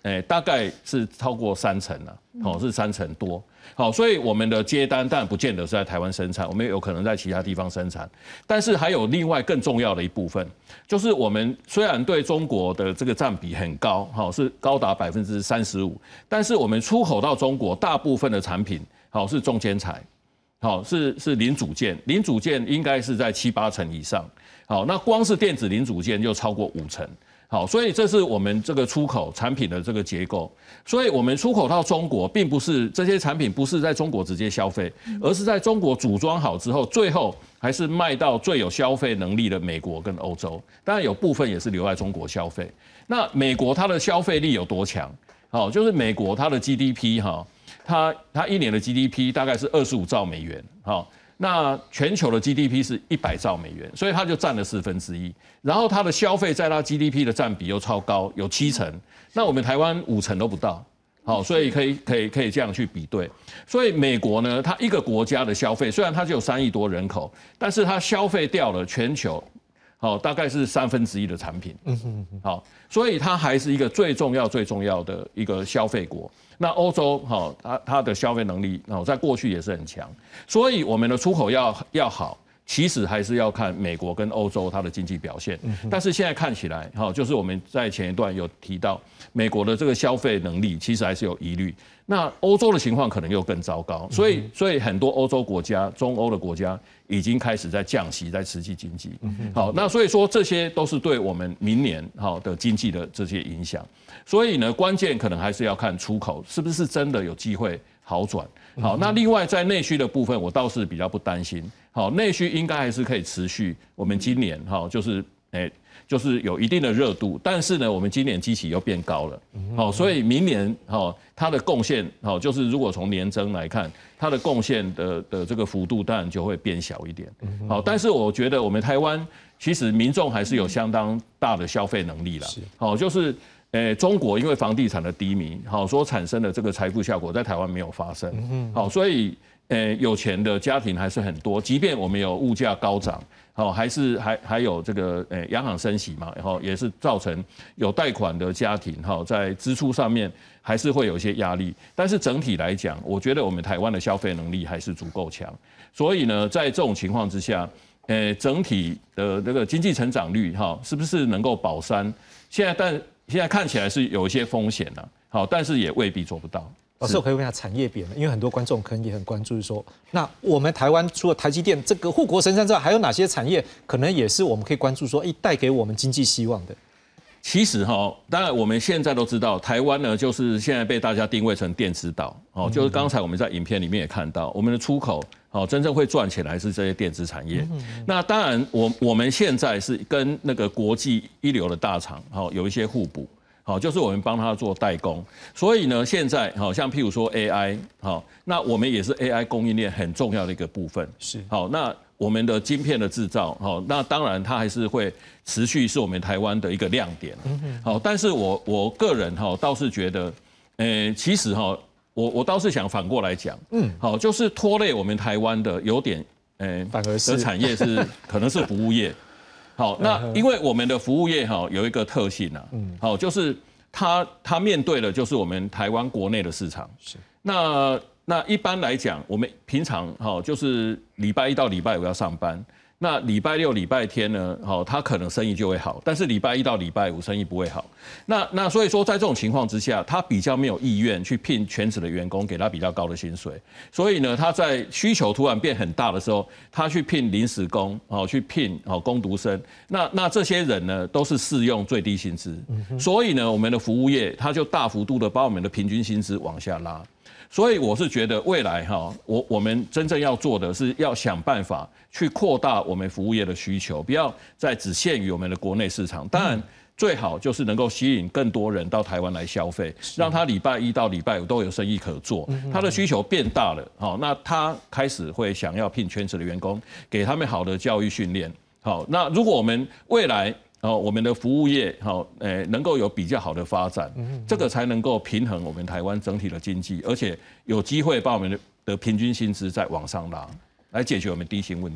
大概是超过30%了，是30%多。好，所以我们的接单当然不见得是在台湾生产，我们有可能在其他地方生产。但是还有另外更重要的一部分，就是我们虽然对中国的这个占比很高，是高达35%，但是我们出口到中国大部分的产品，是中间材，是零组件，零组件应该是在7、8成以上。好，那光是电子零组件就超过5成。好，所以这是我们这个出口产品的这个结构。所以我们出口到中国，并不是这些产品不是在中国直接消费，而是在中国组装好之后，最后还是卖到最有消费能力的美国跟欧洲。当然有部分也是留在中国消费。那美国它的消费力有多强？好，就是美国它的 GDP 它1年的 GDP 大概是25兆美元。好。那全球的 GDP 是100兆美元，所以它就占了1/4，然后它的消费在它 GDP 的占比又超高，有7成，那我们台湾5成都不到，好，所以可以这样去比对。所以美国呢，它一个国家的消费虽然它只有3亿多人口，但是它消费掉了全球，大概是1/3的产品，好，所以它还是一个最重要的一个消费国。那欧洲它的消费能力在过去也是很强，所以我们的出口要好，其实还是要看美国跟欧洲它的经济表现。但是现在看起来，就是我们在前一段有提到，美国的这个消费能力其实还是有疑虑。那欧洲的情况可能又更糟糕，所以很多欧洲国家、中欧的国家已经开始在降息，在刺激经济。好，那所以说这些都是对我们明年的经济的这些影响。所以呢，关键可能还是要看出口是不是真的有机会好转。好，那另外在内需的部分，我倒是比较不担心。好，内需应该还是可以持续。我们今年就是有一定的热度，但是呢，我们今年基期又变高了。好，所以明年它的贡献就是如果从年增来看，它的贡献的这个幅度当然就会变小一点。好，但是我觉得我们台湾其实民众还是有相当大的消费能力啦。好，就是中国因为房地产的低迷，所产生的这个财富效果在台湾没有发生。好，所以有钱的家庭还是很多，即便我们有物价高涨。还有这个央行升息嘛，然后也是造成有贷款的家庭在支出上面还是会有一些压力。但是整体来讲，我觉得我们台湾的消费能力还是足够强。所以呢，在这种情况之下，整体的这个经济成长率是不是能够保3？现在看起来是有一些风险了，但是也未必做不到。 老师，我可以问一下产业别呢？因为很多观众可能也很关注说，那我们台湾除了台积电这个护国神山之外，还有哪些产业可能也是我们可以关注说，带给我们经济希望的？ 其实当然我们现在都知道，台湾呢就是现在被大家定位成电子岛，就是刚才我们在影片里面也看到，我们的出口真正会赚钱的还是这些电子产业。那当然我们现在是跟那个国际一流的大厂有一些互补。好，就是我们帮他做代工，所以呢，现在像譬如说 AI，那我们也是 AI 供应链很重要的一个部分。是，好，那我们的晶片的制造，那当然它还是会持续是我们台湾的一个亮点。好，但是我个人倒是觉得，其实我倒是想反过来讲，好，就是拖累我们台湾的有点， 反而是的产业是可能是服务业。好，那因为我们的服务业有一个特性好，就是它面对的就是我们台湾国内的市场。是，那一般来讲，我们平常就是礼拜1到礼拜5要上班。那礼拜6、礼拜天呢，他可能生意就会好，但是礼拜1到礼拜5生意不会好。那所以说，在这种情况之下，他比较没有意愿去聘全职的员工，给他比较高的薪水。所以呢，他在需求突然变很大的时候，他去聘临时工，去聘工读生。那这些人呢，都是适用最低薪资。所以呢，我们的服务业他就大幅度的把我们的平均薪资往下拉。所以我是觉得未来我们真正要做的是要想办法去扩大我们服务业的需求，不要再只限于我们的国内市场。当然最好就是能够吸引更多人到台湾来消费，让他礼拜1到礼拜5都有生意可做，他的需求变大了，那他开始会想要聘全职的员工，给他们好的教育训练。好，那如果我们未来我们的服务业能够有比较好的发展，这个才能够平衡我们台湾整体的经济，而且有机会把我们的平均薪资再往上拉，来解决我们低薪问题。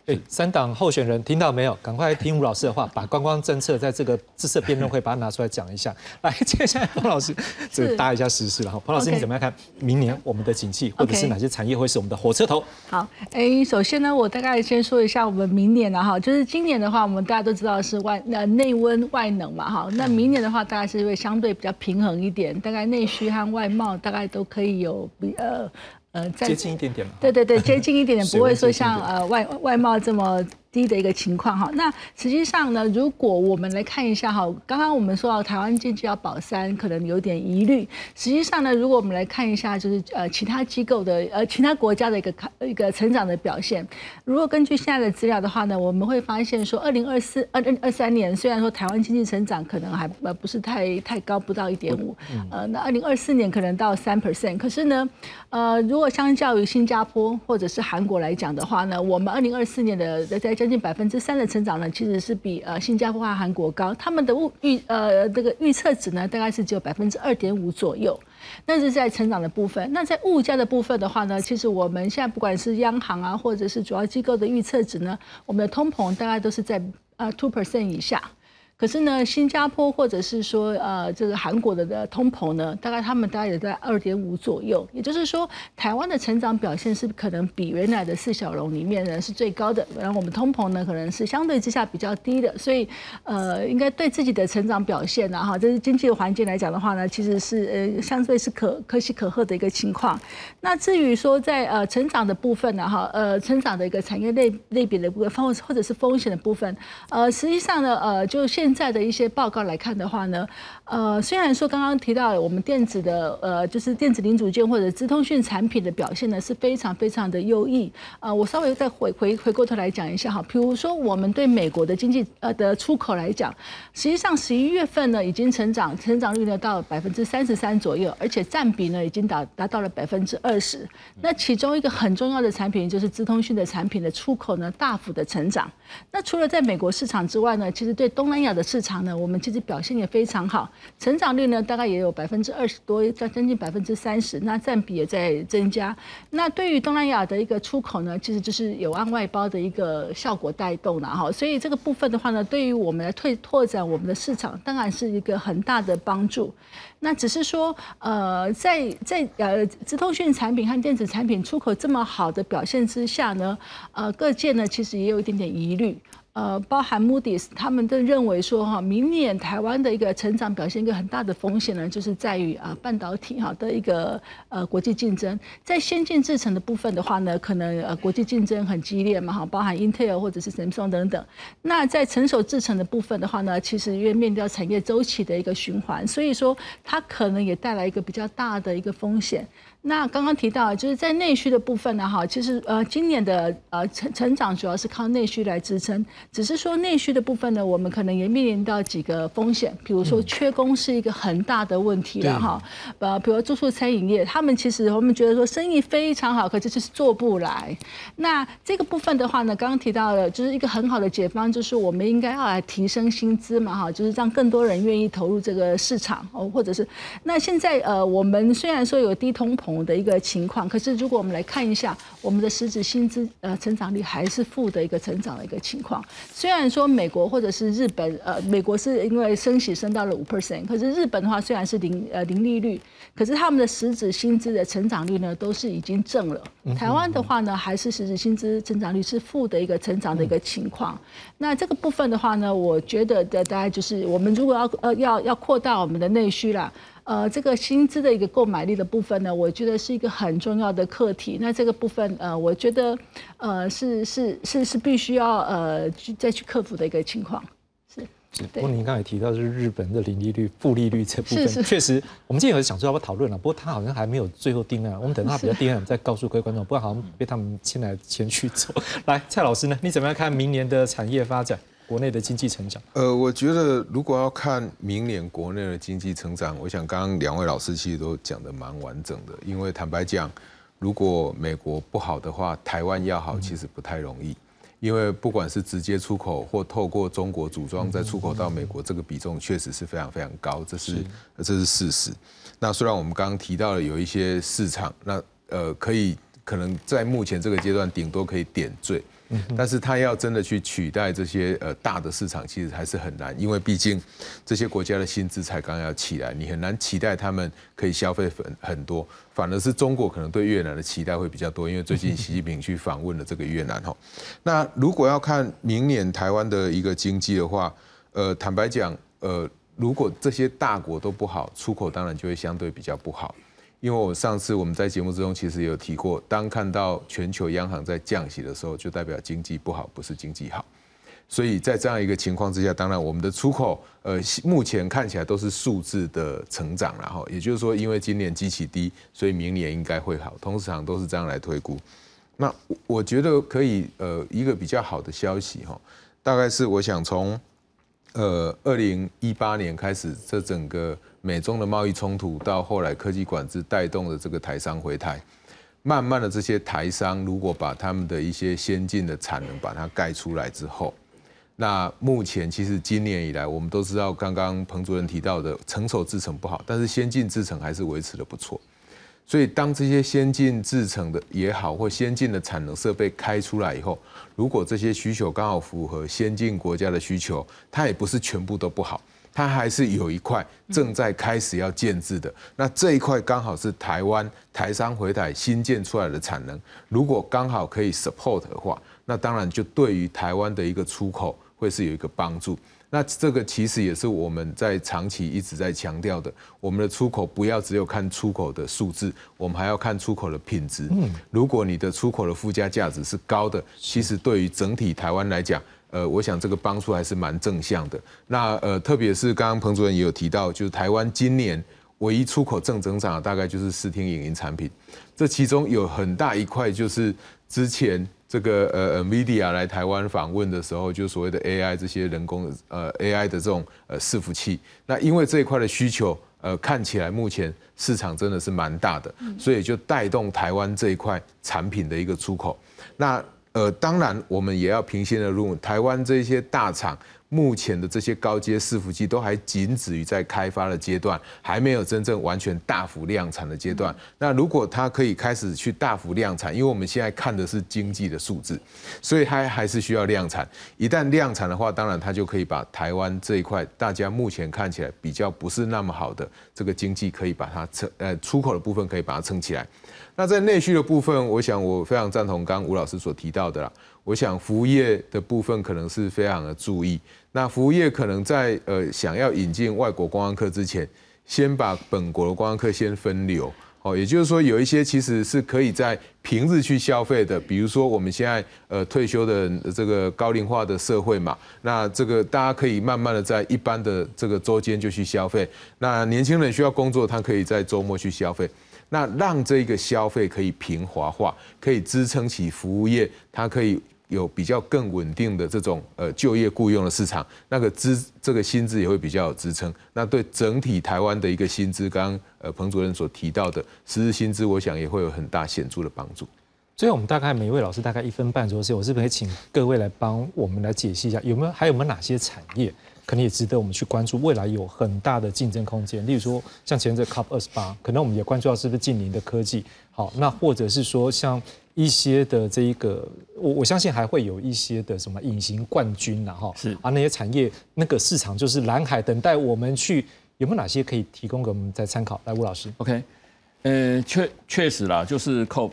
三党候选人听到没有？赶快听吴老师的话，把观光政策在这个这次辩论会把它拿出来讲一下。来，接下来彭老师这个搭一下时事了哈。彭老师，你怎么样看明年我们的景气，或者是哪些产业会是我们的火车头？ 好，首先呢，我大概先说一下我们明年的哈，就是今年的话，我们大家都知道是内温外冷嘛哈，那明年的话大概是会相对比较平衡一点，大概内需和外贸大概都可以有接近一点点嘛。 对，接近一点点，不会说像外贸这么低的一个情况哈。那实际上呢，如果我们来看一下哈，刚刚我们说到台湾经济要保3，可能有点疑虑。实际上呢，如果我们来看一下，就是其他机构的其他国家的一个成长的表现，如果根据现在的资料的话呢，我们会发现说，2023年虽然说台湾经济成长可能还不是太高，不到1.5，那2024年可能到3%，可是呢，如果相较于新加坡或者是韩国来讲的话呢，我们2024年的在将近3%的成长呢，其实是比新加坡和韩国高。他们的这个预测值呢，大概是只有2.5%左右。那是在成长的部分。那在物价的部分的话呢，其实我们现在不管是央行啊，或者是主要机构的预测值呢，我们的通膨大概都是在2% 以下。可是呢，新加坡或者是说这个韩国的通膨呢，他们大概也在2.5左右。也就是说，台湾的成长表现是可能比原来的4小龙里面呢是最高的，然后我们通膨呢可能是相对之下比较低的，所以应该对自己的成长表现啊，这是经济的环境来讲的话呢，其实是相对是可喜可贺的一个情况。那至于说在成长的部分呢，成长的一个产业类别的部分，或者是风险的部分，实际上呢，就现在的一些报告来看的话呢，虽然说刚刚提到我们电子的就是电子零组件或者资通讯产品的表现呢是非常非常的优异。我稍微再回过头来讲一下哈，比如说我们对美国的经济的出口来讲，实际上11月份呢已经成长率呢到33%左右，而且占比呢已经达到了20%。那其中一个很重要的产品就是资通讯的产品的出口呢大幅的成长。那除了在美国市场之外呢，其实对东南亚的市场呢，我们其实表现也非常好，成长率呢大概也有20%多，将近30%，那占比也在增加。那对于东南亚的一个出口呢，其实就是有按外包的一个效果带动了哈，所以这个部分的话呢，对于我们来拓展我们的市场，当然是一个很大的帮助。那只是说，在资通讯产品和电子产品出口这么好的表现之下呢，各界呢其实也有一点点疑虑。包含 Moody's 他们都认为说哈，明年台湾的一个成长表现一个很大的风险呢，就是在于半导体哈的一个国际竞争，在先进制程的部分的话呢，可能国际竞争很激烈嘛哈，包含 Intel 或者是 Samsung 等等。那在成熟制程的部分的话呢，其实因为面对产业周期的一个循环，所以说它可能也带来一个比较大的一个风险。那刚刚提到就是在内需的部分呢，哈，其实今年的成长主要是靠内需来支撑，只是说内需的部分呢，我们可能也面临到几个风险，比如说缺工是一个很大的问题了哈，比如住宿餐饮业，他们其实我们觉得说生意非常好，可是就是做不来。那这个部分的话呢，刚刚提到的就是一个很好的解方，就是我们应该要来提升薪资嘛哈，就是让更多人愿意投入这个市场或者是那现在我们虽然说有低通膨的一个情况，可是如果我们来看一下我们的实质薪资成长率还是负的一个成长的一个情况。虽然说美国或者是日本，美国是因为升息升到了5%，可是日本的话虽然是零利率，可是他们的实质薪资的成长率呢都是已经正了。台湾的话呢，还是实质薪资成长率是负的一个成长的一个情况。那这个部分的话呢，我觉得大概就是我们如果要扩大我们的内需啦。这个薪资的一个购买力的部分呢，我觉得是一个很重要的课题。那这个部分我觉得是必须要再去克服的一个情况。 不过您刚才提到就是日本的零利率、负利率这部分，确实我们今天有想说要不要讨论了，不过他好像还没有最后定案，我们等到他比较定案，我们再告诉各位观众，不然好像被他们牵来牵去走。来，蔡老师呢，你怎么样看明年的产业发展？国内的经济成长， 我觉得如果要看明年国内的经济成长，我想刚刚两位老师其实都讲得蛮完整的。因为坦白讲，如果美国不好的话，台湾要好其实不太容易。因为不管是直接出口或透过中国组装再出口到美国，这个比重确实是非常非常高，这是事实。那虽然我们刚刚提到了有一些市场，那可能在目前这个阶段顶多可以点缀。 但是它要真的去取代这些大的市场，其实还是很难，因为毕竟这些国家的薪资才刚要起来，你很难期待他们可以消费很多，反而是中国可能对越南的期待会比较多，因为最近习近平去访问了这个越南哈。那如果要看明年台湾的一个经济的话，坦白讲，如果这些大国都不好，出口当然就会相对比较不好。因为上次我们在节目之中其实也有提过，当看到全球央行在降息的时候，就代表经济不好，不是经济好。所以在这样一个情况之下，当然我们的出口目前看起来都是数字的成长啦哈，也就是说，因为今年基期低，所以明年应该会好，通常都是这样来推估。那我觉得可以一个比较好的消息哈，大概是我想从2018年开始，这整个美中的贸易冲突到后来科技管制带动的这个台商回台，慢慢的这些台商如果把他们的一些先进的产能把它盖出来之后，那目前其实今年以来我们都知道，刚刚彭主任提到的成熟制程不好，但是先进制程还是维持的不错。所以当这些先进制程的也好，或先进的产能设备开出来以后，如果这些需求刚好符合先进国家的需求，它也不是全部都不好，它还是有一块正在开始要建制的。那这一块刚好是台湾台商回台新建出来的产能，如果刚好可以 support 的话，那当然就对于台湾的一个出口会是有一个帮助。那这个其实也是我们在长期一直在强调的，我们的出口不要只有看出口的数字，我们还要看出口的品质。如果你的出口的附加价值是高的，其实对于整体台湾来讲，我想这个帮助还是蛮正向的。那特别是刚刚彭主任也有提到，就是台湾今年唯一出口正增长的大概就是视听影音产品，这其中有很大一块就是之前这个NVIDIA 来台湾访问的时候，就所谓的 AI 这些人工AI 的这种伺服器，那因为这一块的需求看起来目前市场真的是蛮大的，所以就带动台湾这一块产品的一个出口。那当然我们也要平心而论，台湾这些大厂目前的这些高阶伺服器都还仅止于在开发的阶段，还没有真正完全大幅量产的阶段。那如果它可以开始去大幅量产，因为我们现在看的是经济的数字，所以它还是需要量产。一旦量产的话，当然它就可以把台湾这一块大家目前看起来比较不是那么好的这个经济，可以把它出口的部分可以把它撑起来。那在内需的部分，我想我非常赞同刚刚吴老师所提到的啦。我想服务业的部分可能是非常的注意。那服务业可能在想要引进外国观光客之前，先把本国的观光客先分流。也就是说有一些其实是可以在平日去消费的，比如说我们现在退休的这个高龄化的社会嘛，那这个大家可以慢慢的在一般的这个周间就去消费。那年轻人需要工作，他可以在周末去消费。那让这个消费可以平滑化，可以支撑起服务业，它可以有比较更稳定的这种就业雇用的市场，那个这个薪资也会比较有支撑。那对整体台湾的一个薪资，刚刚彭主任所提到的实质薪资，我想也会有很大显著的帮助。 最后我们大概每一位老师大概1分半左右时间，我是不是可以请各位来帮我们来解析一下，还有没有哪些产业可能也值得我们去关注，未来有很大的竞争空间？例如说像前阵 COP28， 可能我们也关注到是不是近邻的科技，好，那或者是说像一些的这一个，我相信还会有一些的什么隐形冠军啦，哈，是啊，那些产业那个市场就是蓝海，等待我们去，有没有哪些可以提供给我们再参考？来，吴老师 ，OK， 确实啦，就是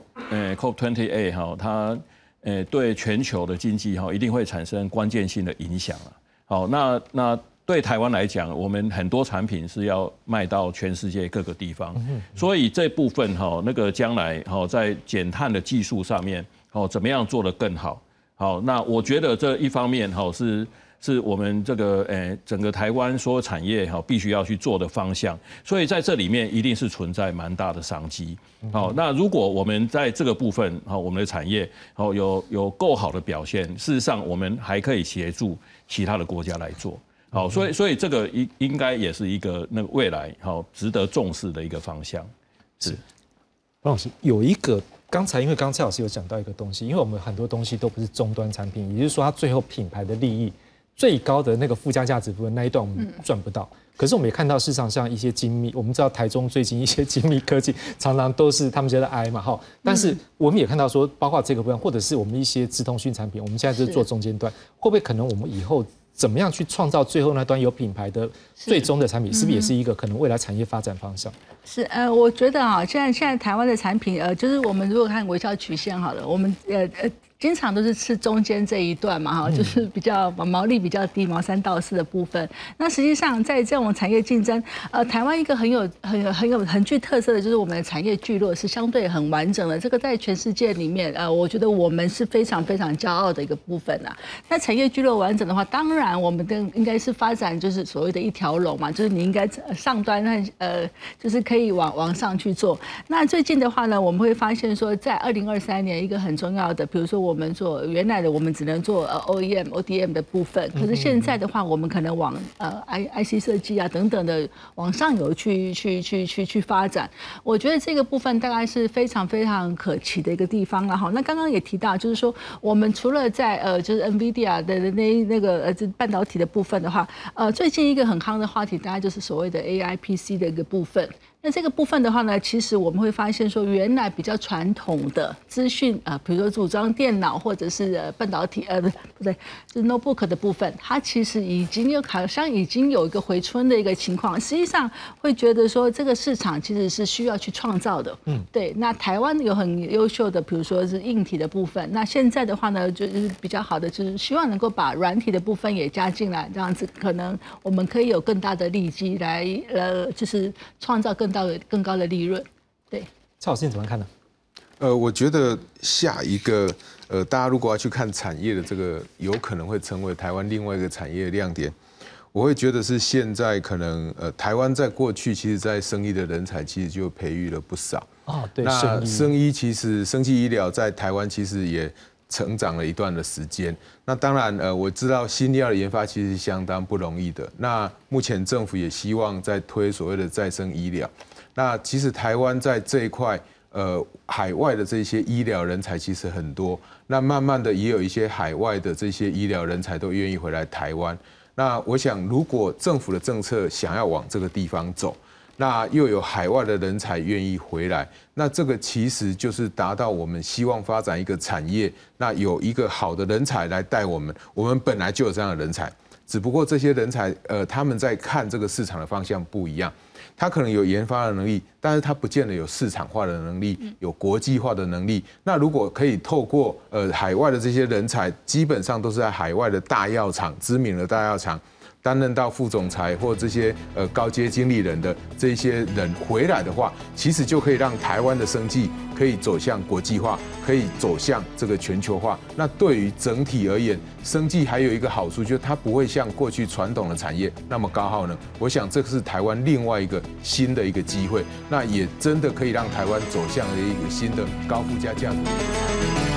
COP28 哈，它对全球的经济哈一定会产生关键性的影响啊。好，那对台湾来讲，我们很多产品是要卖到全世界各个地方，所以这部分哈，那个将来哈在减碳的技术上面，好怎么样做得更好？好，那我觉得这一方面哈是我们这个整个台湾所有产业哈必须要去做的方向，所以在这里面一定是存在蛮大的商机。好，那如果我们在这个部分好，我们的产业好有够好的表现，事实上我们还可以协助其他的国家来做。好，所以这个应该也是一个那个未来好值得重视的一个方向。是， 黄老师有一个。刚才因为刚刚蔡老师有讲到一个东西，因为我们很多东西都不是终端产品，也就是说它最后品牌的利益最高的那个附加价值部分那一段我们赚不到。可是我们也看到市场上一些精密，我们知道台中最近一些精密科技常常都是他们觉得挨嘛哈，但是我们也看到说，包括这个部分，或者是我们一些资通讯产品，我们现在就是做中间段，会不会可能我们以后怎么样去创造最后那端有品牌的最终的产品，是不是也是一个可能未来产业发展方向？ 是我觉得啊，现在台湾的产品就是我们如果看微笑曲线好了，我们经常都是吃中间这一段嘛，哈，就是比较毛利比较低，毛3到4的部分。那实际上在这种产业竞争，台湾一个很具特色的就是我们的产业聚落是相对很完整的，这个在全世界里面，我觉得我们是非常非常骄傲的一个部分啊。那产业聚落完整的话，当然我们的应该是发展就是所谓的一条龙嘛，就是你应该上端就是可以往上去做。那最近的话呢，我们会发现说，在2023年一个很重要的，比如说我们做原来的我们只能做OEM、ODM 的部分，可是现在的话，我们可能往IC 设计啊等等的往上游去发展。我觉得这个部分大概是非常非常可期的一个地方了哈。那刚刚也提到，就是说我们除了在就是 NVIDIA 的那个半导体的部分的话，最近一个很夯的话题，大概就是所谓的 AI、PC 的一个部分。那这个部分的话呢，其实我们会发现说，原来比较传统的资讯比如说组装电脑或者是半导体不对，就是 notebook 的部分，它其实好像已经有一个回春的一个情况。实际上会觉得说，这个市场其实是需要去创造的。对。那台湾有很优秀的，比如说是硬体的部分。那现在的话呢，就是比较好的，就是希望能够把软体的部分也加进来，这样子可能我们可以有更大的利基来就是创造更高的利润。对， 蔡老师你怎么看呢？ 我觉得下一个大家如果要去看产业的这个，有可能会成为台湾另外一个产业的亮点。我会觉得是现在可能台湾在过去其实在生医的人才其实就培育了不少。 对， 那生医其实生技医疗在台湾其实也成长了一段的时间。那当然我知道新药的研发其实相当不容易的。那目前政府也希望在推所谓的再生医疗。那其实台湾在这一块海外的这些医疗人才其实很多，那慢慢的也有一些海外的这些医疗人才都愿意回来台湾。那我想，如果政府的政策想要往这个地方走，那又有海外的人才愿意回来，那这个其实就是达到我们希望发展一个产业，那有一个好的人才来带我们，我们本来就有这样的人才，只不过这些人才他们在看这个市场的方向不一样。他可能有研发的能力，但是他不见得有市场化的能力，有国际化的能力。那如果可以透过海外的这些人才，基本上都是在海外的大药厂、知名的大药厂担任到副总裁或这些高阶经理人的这些人回来的话，其实就可以让台湾的生技可以走向国际化，可以走向这个全球化。那对于整体而言，生技还有一个好处，就是它不会像过去传统的产业那么高耗能。我想这是台湾另外一个新的一个机会，那也真的可以让台湾走向了一个新的高附加价值的一个产业。